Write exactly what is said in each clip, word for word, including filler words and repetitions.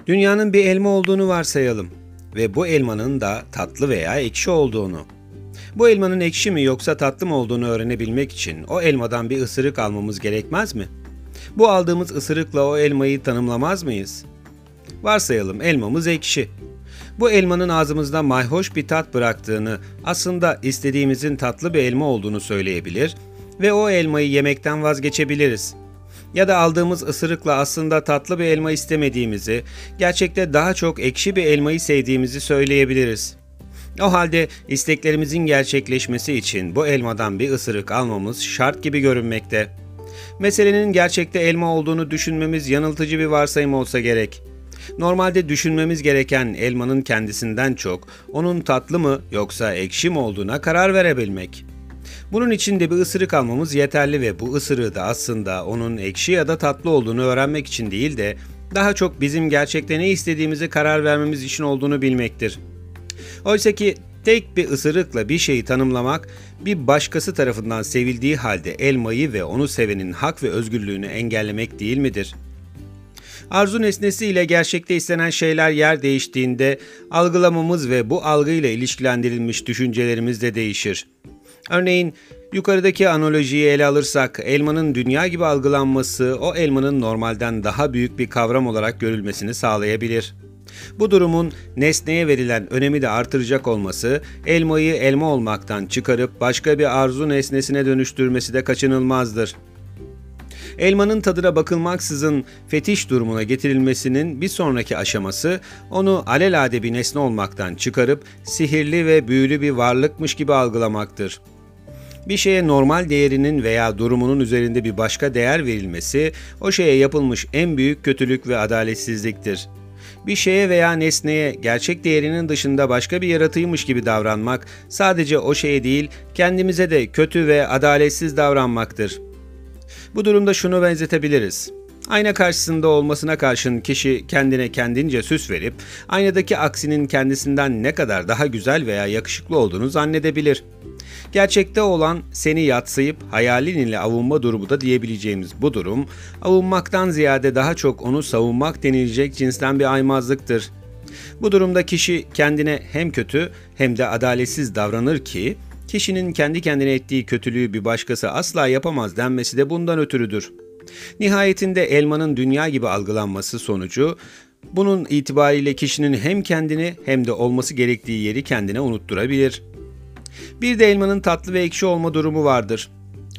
Dünyanın bir elma olduğunu varsayalım ve bu elmanın da tatlı veya ekşi olduğunu. Bu elmanın ekşi mi yoksa tatlı mı olduğunu öğrenebilmek için o elmadan bir ısırık almamız gerekmez mi? Bu aldığımız ısırıkla o elmayı tanımlamaz mıyız? Varsayalım elmamız ekşi. Bu elmanın ağzımızda mayhoş bir tat bıraktığını, aslında istediğimizin tatlı bir elma olduğunu söyleyebilir ve o elmayı yemekten vazgeçebiliriz. Ya da aldığımız ısırıkla aslında tatlı bir elma istemediğimizi, gerçekte daha çok ekşi bir elmayı sevdiğimizi söyleyebiliriz. O halde isteklerimizin gerçekleşmesi için bu elmadan bir ısırık almamız şart gibi görünmekte. Meselenin gerçekte elma olduğunu düşünmemiz yanıltıcı bir varsayım olsa gerek. Normalde düşünmemiz gereken elmanın kendisinden çok, onun tatlı mı yoksa ekşi mi olduğuna karar verebilmek. Bunun için de bir ısırık almamız yeterli ve bu ısırığı da aslında onun ekşi ya da tatlı olduğunu öğrenmek için değil de daha çok bizim gerçekte ne istediğimizi karar vermemiz için olduğunu bilmektir. Oysa ki tek bir ısırıkla bir şeyi tanımlamak, bir başkası tarafından sevildiği halde elmayı ve onu sevenin hak ve özgürlüğünü engellemek değil midir? Arzu nesnesi ile gerçekte istenen şeyler yer değiştiğinde algılamamız ve bu algıyla ilişkilendirilmiş düşüncelerimiz de değişir. Örneğin yukarıdaki analojiyi ele alırsak elmanın dünya gibi algılanması o elmanın normalden daha büyük bir kavram olarak görülmesini sağlayabilir. Bu durumun nesneye verilen önemi de artıracak olması elmayı elma olmaktan çıkarıp başka bir arzu nesnesine dönüştürmesi de kaçınılmazdır. Elmanın tadına bakılmaksızın fetiş durumuna getirilmesinin bir sonraki aşaması onu alelade bir nesne olmaktan çıkarıp sihirli ve büyülü bir varlıkmış gibi algılamaktır. Bir şeye normal değerinin veya durumunun üzerinde bir başka değer verilmesi o şeye yapılmış en büyük kötülük ve adaletsizliktir. Bir şeye veya nesneye gerçek değerinin dışında başka bir yaratıymış gibi davranmak sadece o şeye değil kendimize de kötü ve adaletsiz davranmaktır. Bu durumda şunu benzetebiliriz. Ayna karşısında olmasına karşın kişi kendine kendince süs verip aynadaki aksinin kendisinden ne kadar daha güzel veya yakışıklı olduğunu zannedebilir. Gerçekte olan seni yadsıyıp hayalin ile avunma durumu da diyebileceğimiz bu durum, avunmaktan ziyade daha çok onu savunmak denilecek cinsten bir aymazlıktır. Bu durumda kişi kendine hem kötü hem de adaletsiz davranır ki, kişinin kendi kendine ettiği kötülüğü bir başkası asla yapamaz denmesi de bundan ötürüdür. Nihayetinde elmanın dünya gibi algılanması sonucu, bunun itibariyle kişinin hem kendini hem de olması gerektiği yeri kendine unutturabilir. Bir de elmanın tatlı ve ekşi olma durumu vardır.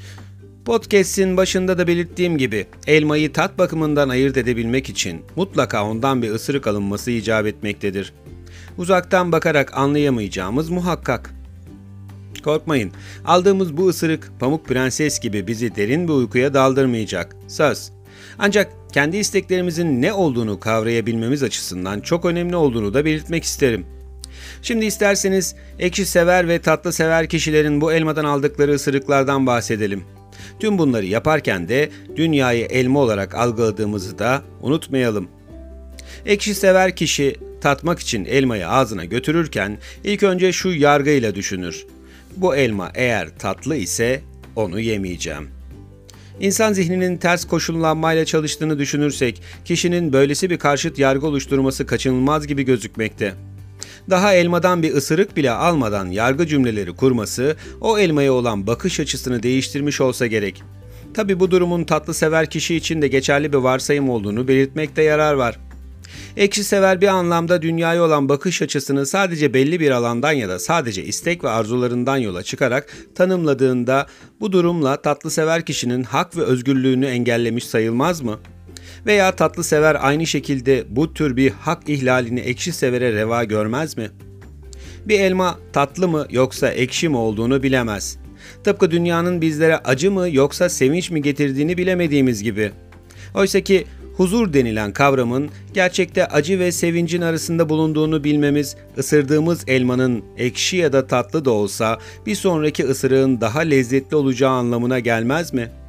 Podcast'in başında da belirttiğim gibi elmayı tat bakımından ayırt edebilmek için mutlaka ondan bir ısırık alınması icap etmektedir. Uzaktan bakarak anlayamayacağımız muhakkak. Korkmayın, aldığımız bu ısırık Pamuk Prenses gibi bizi derin bir uykuya daldırmayacak. Söz. Ancak kendi isteklerimizin ne olduğunu kavrayabilmemiz açısından çok önemli olduğunu da belirtmek isterim. Şimdi isterseniz ekşi sever ve tatlı sever kişilerin bu elmadan aldıkları ısırıklardan bahsedelim. Tüm bunları yaparken de dünyayı elma olarak algıladığımızı da unutmayalım. Ekşi sever kişi tatmak için elmayı ağzına götürürken ilk önce şu yargıyla düşünür. Bu elma eğer tatlı ise onu yemeyeceğim. İnsan zihninin ters koşullanmayla çalıştığını düşünürsek kişinin böylesi bir karşıt yargı oluşturması kaçınılmaz gibi gözükmekte. Daha elmadan bir ısırık bile almadan yargı cümleleri kurması o elmaya olan bakış açısını değiştirmiş olsa gerek. Tabi bu durumun tatlı sever kişi için de geçerli bir varsayım olduğunu belirtmekte yarar var. Ekşi sever bir anlamda dünyaya olan bakış açısını sadece belli bir alandan ya da sadece istek ve arzularından yola çıkarak tanımladığında bu durumla tatlı sever kişinin hak ve özgürlüğünü engellemiş sayılmaz mı? Veya tatlı sever aynı şekilde bu tür bir hak ihlalini ekşi severe reva görmez mi? Bir elma tatlı mı yoksa ekşi mi olduğunu bilemez. Tıpkı dünyanın bizlere acı mı yoksa sevinç mi getirdiğini bilemediğimiz gibi. Oysa ki huzur denilen kavramın gerçekte acı ve sevincin arasında bulunduğunu bilmemiz, ısırdığımız elmanın ekşi ya da tatlı da olsa bir sonraki ısırığın daha lezzetli olacağı anlamına gelmez mi?